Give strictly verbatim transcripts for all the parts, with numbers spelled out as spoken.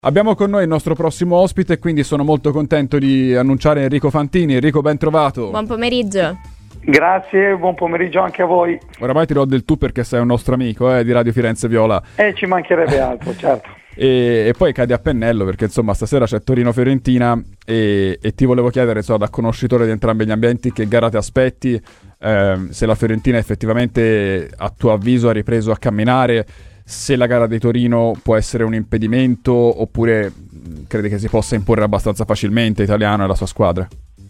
Abbiamo con noi il nostro prossimo ospite, quindi sono molto contento di annunciare Enrico Fantini. Enrico, ben trovato. Buon pomeriggio. Grazie, buon pomeriggio anche a voi. Oramai ti do del tu perché sei un nostro amico eh, di Radio Firenze Viola. Eh, ci mancherebbe altro, certo. E, e poi cadi a pennello perché insomma stasera c'è Torino-Fiorentina e, e ti volevo chiedere, insomma, da conoscitore di entrambi gli ambienti, che gara ti aspetti, eh, se la Fiorentina effettivamente a tuo avviso ha ripreso a camminare, se la gara di Torino può essere un impedimento oppure mh, credi che si possa imporre abbastanza facilmente Italiano e la sua squadra?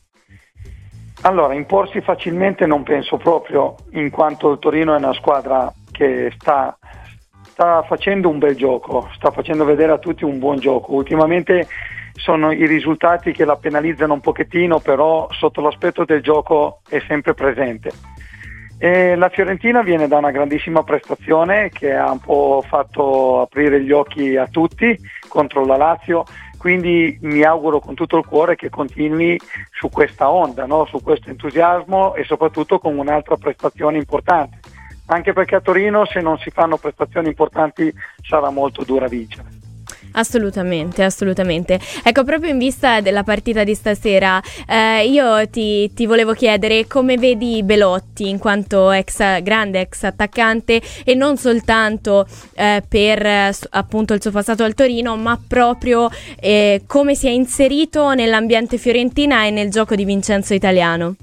Allora, imporsi facilmente non penso proprio, in quanto il Torino è una squadra che sta, sta facendo un bel gioco, sta facendo vedere a tutti un buon gioco. Ultimamente sono i risultati che la penalizzano un pochettino, però sotto l'aspetto del gioco è sempre presente. E la Fiorentina viene da una grandissima prestazione che ha un po' fatto aprire gli occhi a tutti contro la Lazio, quindi mi auguro con tutto il cuore che continui su questa onda, no? Su questo entusiasmo e soprattutto con un'altra prestazione importante, anche perché a Torino se non si fanno prestazioni importanti sarà molto dura vincere. Assolutamente, assolutamente. Ecco, proprio in vista della partita di stasera, eh, io ti, ti volevo chiedere come vedi Belotti in quanto ex grande ex attaccante e non soltanto eh, per eh, appunto il suo passato al Torino, ma proprio eh, come si è inserito nell'ambiente fiorentina e nel gioco di Vincenzo Italiano.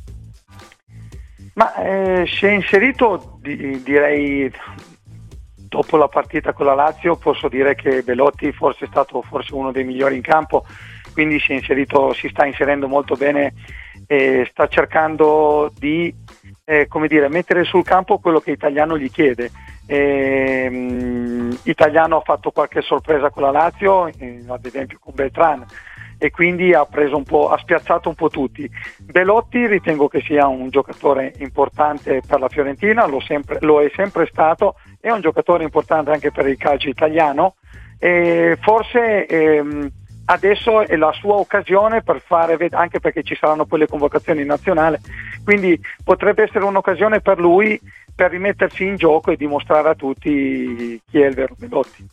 Ma eh, si è inserito, di, direi... Dopo la partita con la Lazio posso dire che Belotti forse è stato forse uno dei migliori in campo, quindi si è inserito, si sta inserendo molto bene e sta cercando di eh, come dire, mettere sul campo quello che Italiano gli chiede. E, mh, Italiano ha fatto qualche sorpresa con la Lazio, eh, ad esempio con Beltran, e quindi ha preso un po', ha spiazzato un po' tutti. Belotti ritengo che sia un giocatore importante per la Fiorentina, lo, sempre, lo è sempre stato, è un giocatore importante anche per il calcio italiano e forse ehm, adesso è la sua occasione per fare, anche perché ci saranno poi le convocazioni nazionali, quindi potrebbe essere un'occasione per lui per rimettersi in gioco e dimostrare a tutti chi è il vero Belotti.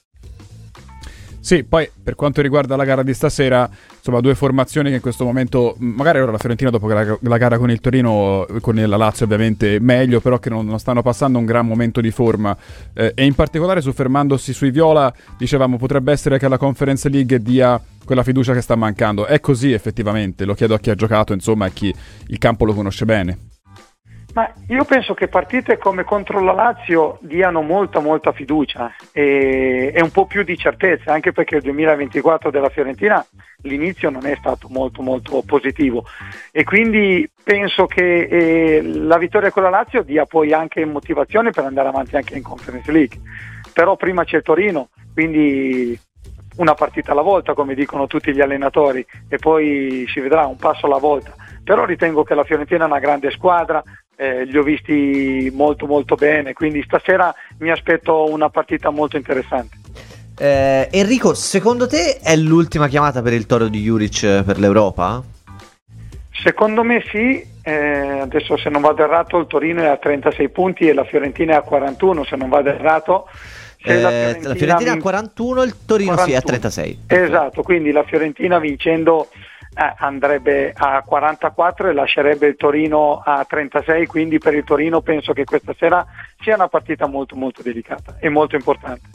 Sì, poi per quanto riguarda la gara di stasera, insomma, due formazioni che in questo momento, magari ora la Fiorentina dopo la, la gara con il Torino, con la Lazio ovviamente meglio, però che non, non stanno passando un gran momento di forma, eh, e in particolare soffermandosi sui viola, dicevamo potrebbe essere che la Conference League dia quella fiducia che sta mancando. È così effettivamente? Lo chiedo a chi ha giocato, insomma, a chi il campo lo conosce bene. Ma io penso che partite come contro la Lazio diano molta molta fiducia e, e un po' più di certezza, anche perché il duemilaventiquattro della Fiorentina l'inizio non è stato molto molto positivo e quindi penso che eh, la vittoria con la Lazio dia poi anche motivazione per andare avanti anche in Conference League, però prima c'è il Torino, quindi una partita alla volta come dicono tutti gli allenatori e poi si vedrà un passo alla volta, però ritengo che la Fiorentina è una grande squadra. Eh, li ho visti molto molto bene, quindi stasera mi aspetto una partita molto interessante. eh, Enrico, secondo te è l'ultima chiamata per il Toro di Juric per l'Europa? Secondo me sì, eh, adesso se non vado errato il Torino è a trentasei punti e la Fiorentina è a quarantuno, se non vado errato. Eh, la Fiorentina, la Fiorentina vin- a quarantuno, il Torino quarantuno. Sì, è a trentasei. Esatto, quindi la Fiorentina vincendo Eh, andrebbe a quarantaquattro e lascerebbe il Torino a trentasei, quindi per il Torino penso che questa sera sia una partita molto molto delicata e molto importante.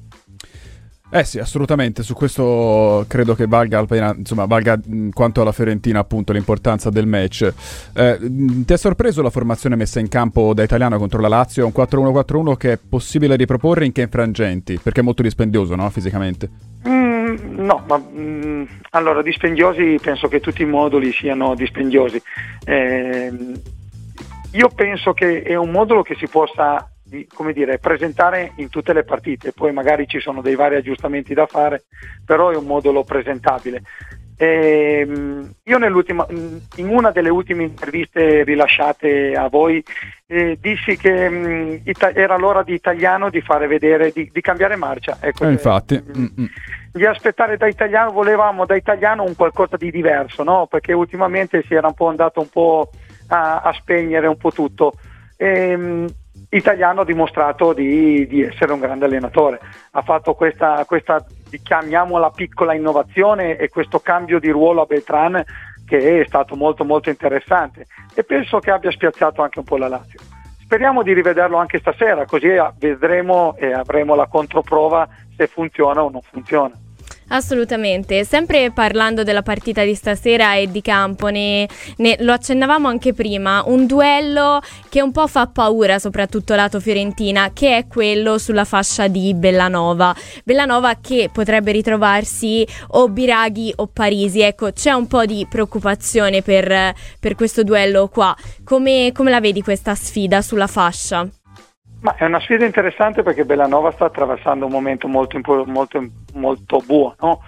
Eh sì, assolutamente, su questo credo che valga appena, insomma, valga mh, quanto alla Fiorentina appunto l'importanza del match. Eh, mh, ti è sorpreso la formazione messa in campo da Italiano contro la Lazio? Un quattro uno quattro uno che è possibile riproporre in che frangenti? Perché è molto dispendioso, no? Fisicamente. Mm, no, ma mm, allora dispendiosi penso che tutti i moduli siano dispendiosi. Eh, io penso che è un modulo che si possa, come dire, presentare in tutte le partite, poi magari ci sono dei vari aggiustamenti da fare, però è un modulo presentabile. E, io nell'ultima, in una delle ultime interviste rilasciate a voi eh, dissi che mh, ita- era l'ora di Italiano di fare vedere, di, di cambiare marcia, ecco, eh, infatti mh, di aspettare da Italiano, volevamo da Italiano un qualcosa di diverso, no? Perché ultimamente si era un po' andato un po' a, a spegnere un po' tutto. E, mh, Italiano ha dimostrato di, di essere un grande allenatore, ha fatto questa, questa chiamiamola piccola innovazione e questo cambio di ruolo a Beltran che è stato molto molto interessante e penso che abbia spiazzato anche un po' la Lazio. Speriamo di rivederlo anche stasera, così vedremo e avremo la controprova se funziona o non funziona. Assolutamente, sempre parlando della partita di stasera e di campo, ne, ne, lo accennavamo anche prima, un duello che un po' fa paura soprattutto lato Fiorentina, che è quello sulla fascia di Bellanova. Bellanova che potrebbe ritrovarsi o Biraghi o Parisi, ecco c'è un po' di preoccupazione per, per questo duello qua. Come, come la vedi questa sfida sulla fascia? Ma è una sfida interessante perché Bellanova sta attraversando un momento molto molto molto buono,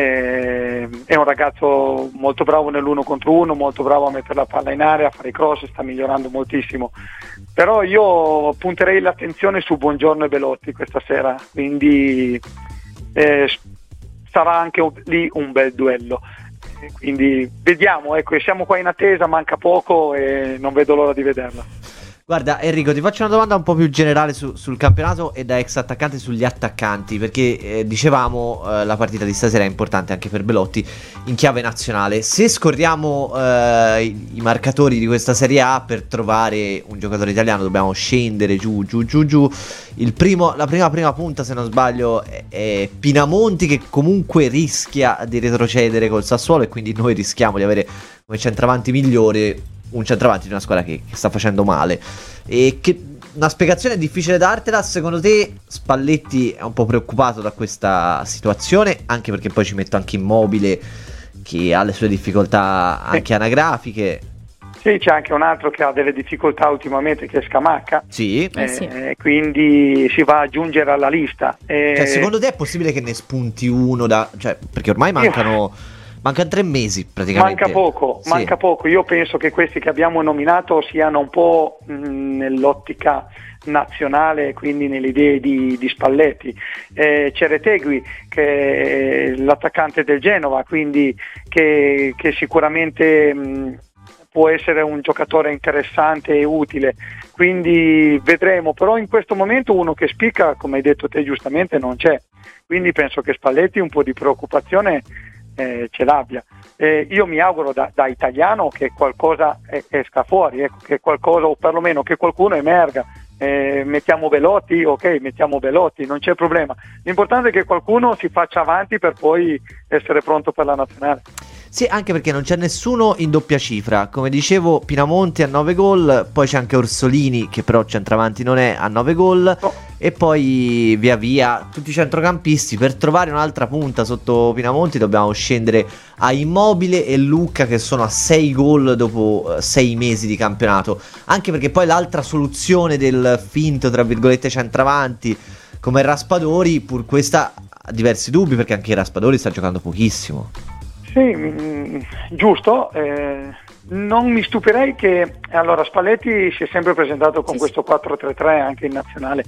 eh, è un ragazzo molto bravo nell'uno contro uno, molto bravo a mettere la palla in area, a fare i cross, sta migliorando moltissimo, però io punterei l'attenzione su Buongiorno e Belotti questa sera, quindi eh, sarà anche un, lì un bel duello, quindi vediamo, ecco, siamo qua in attesa, manca poco e non vedo l'ora di vederla. Guarda Enrico, ti faccio una domanda un po' più generale su, sul campionato e da ex attaccante sugli attaccanti, perché eh, dicevamo eh, la partita di stasera è importante anche per Belotti in chiave nazionale. Se scorriamo eh, i, i marcatori di questa Serie A, per trovare un giocatore italiano dobbiamo scendere giù giù giù giù. Il primo, la prima prima punta, se non sbaglio, è, è Pinamonti, che comunque rischia di retrocedere col Sassuolo e quindi noi rischiamo di avere come centravanti migliore un centravanti di una squadra che, che sta facendo male. E che una spiegazione difficile dartela. Secondo te Spalletti è un po' preoccupato da questa situazione, anche perché poi ci metto anche Immobile che ha le sue difficoltà anche anagrafiche? Sì, c'è anche un altro che ha delle difficoltà ultimamente, che è Scamacca. Sì, eh, sì. Quindi si va ad aggiungere alla lista. Eh, cioè, secondo te è possibile che ne spunti uno da, cioè, perché ormai mancano Mancano tre mesi praticamente. Manca poco, sì. manca poco. Io penso che questi che abbiamo nominato siano un po' mh, nell'ottica nazionale, quindi nelle idee di, di Spalletti. Eh, c'è Retegui, che è l'attaccante del Genova, quindi che, che sicuramente mh, può essere un giocatore interessante e utile. Quindi vedremo, però in questo momento uno che spicca, come hai detto te giustamente, non c'è. Quindi penso che Spalletti un po' di preoccupazione Eh, ce l'abbia. Eh, io mi auguro da, da italiano che qualcosa eh, esca fuori, ecco, che qualcosa, o perlomeno che qualcuno emerga. Eh, mettiamo Belotti, ok, mettiamo Belotti, non c'è problema. L'importante è che qualcuno si faccia avanti per poi essere pronto per la nazionale. Sì, anche perché non c'è nessuno in doppia cifra. Come dicevo, Pinamonti a nove gol, poi c'è anche Orsolini, che però centravanti non è, a nove gol. No. E poi via via tutti i centrocampisti. Per trovare un'altra punta sotto Pinamonti dobbiamo scendere a Immobile e Lucca, che sono a sei gol dopo sei mesi di campionato. Anche perché poi l'altra soluzione del finto, tra virgolette, centravanti come Raspadori, pur questa ha diversi dubbi, perché anche Raspadori sta giocando pochissimo. Sì, mh, giusto. Eh, non mi stupirei che allora Spalletti si è sempre presentato con sì, questo quattro tre tre anche in nazionale.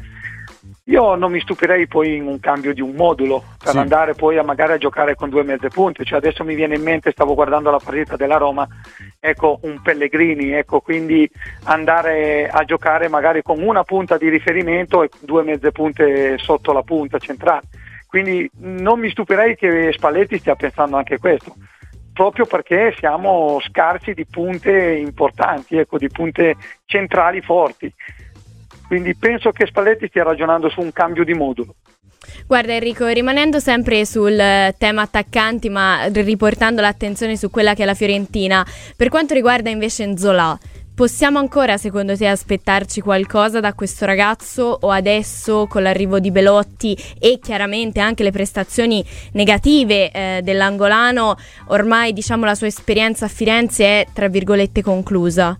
Io non mi stupirei poi in un cambio di un modulo per sì, andare poi a magari a giocare con due mezze punte. Cioè adesso mi viene in mente, stavo guardando la partita della Roma, ecco un Pellegrini, ecco, quindi andare a giocare magari con una punta di riferimento e due mezze punte sotto la punta centrale. Quindi non mi stupirei che Spalletti stia pensando anche questo, proprio perché siamo scarsi di punte importanti, ecco, di punte centrali forti. Quindi penso che Spalletti stia ragionando su un cambio di modulo. Guarda Enrico, rimanendo sempre sul tema attaccanti, ma riportando l'attenzione su quella che è la Fiorentina, per quanto riguarda invece Nzola, possiamo ancora secondo te aspettarci qualcosa da questo ragazzo, o adesso con l'arrivo di Belotti e chiaramente anche le prestazioni negative eh, dell'angolano, ormai diciamo la sua esperienza a Firenze è tra virgolette conclusa?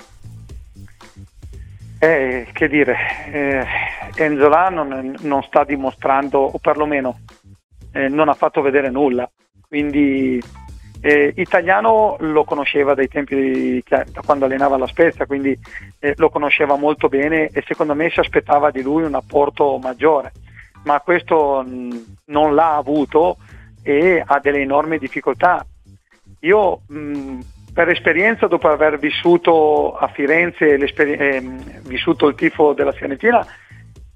Eh, che dire, eh, Nzola non, non sta dimostrando, o perlomeno eh, non ha fatto vedere nulla, quindi eh, Italiano lo conosceva dai tempi di, da quando allenava la Spezia, quindi eh, lo conosceva molto bene e secondo me si aspettava di lui un apporto maggiore, ma questo mh, non l'ha avuto e ha delle enormi difficoltà. Io mh, per esperienza, dopo aver vissuto a Firenze, eh, vissuto il tifo della Fiorentina,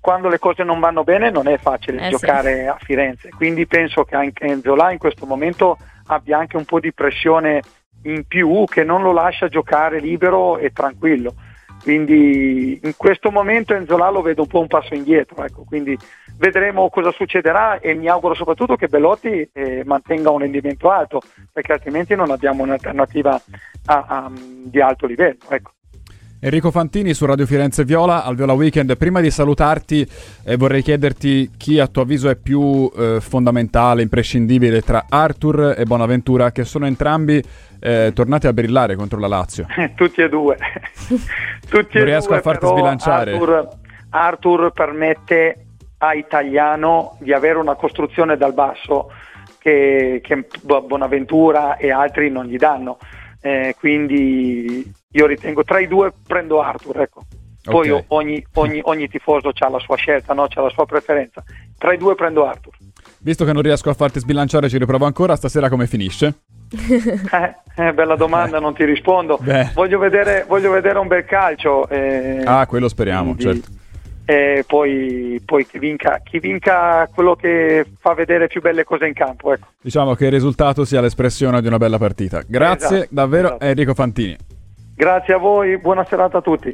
quando le cose non vanno bene non è facile eh, giocare sì. a Firenze, quindi penso che anche Nzola in questo momento abbia anche un po' di pressione in più che non lo lascia giocare libero e tranquillo, quindi in questo momento Nzola lo vedo un po' un passo indietro, ecco, quindi vedremo cosa succederà e mi auguro soprattutto che Belotti eh, mantenga un rendimento alto, perché altrimenti non abbiamo un'alternativa a, a, di alto livello, ecco. Enrico Fantini su Radio Firenze Viola al Viola Weekend. Prima di salutarti eh, vorrei chiederti chi a tuo avviso è più eh, fondamentale, imprescindibile tra Arthur e Bonaventura, che sono entrambi eh, tornati a brillare contro la Lazio. Tutti e due. Tutti non e riesco due, a farti però sbilanciare. Arthur, Arthur permette a Italiano di avere una costruzione dal basso che, che Bonaventura e altri non gli danno. Eh, quindi io ritengo tra i due prendo Arthur, ecco. Poi Okay. ogni, ogni, ogni tifoso ha la sua scelta, no? C'ha la sua preferenza. Tra i due prendo Arthur. Visto che non riesco a farti sbilanciare, ci riprovo ancora. Stasera come finisce? Eh, eh, bella domanda, non ti rispondo. Beh. Voglio vedere, voglio vedere un bel calcio. Eh, Ah, quello speriamo, quindi, certo. E poi, poi chi vinca, chi vinca quello che fa vedere più belle cose in campo, ecco. Diciamo che il risultato sia l'espressione di una bella partita. Grazie Esatto, davvero esatto. Enrico Fantini. Grazie a voi, buona serata a tutti.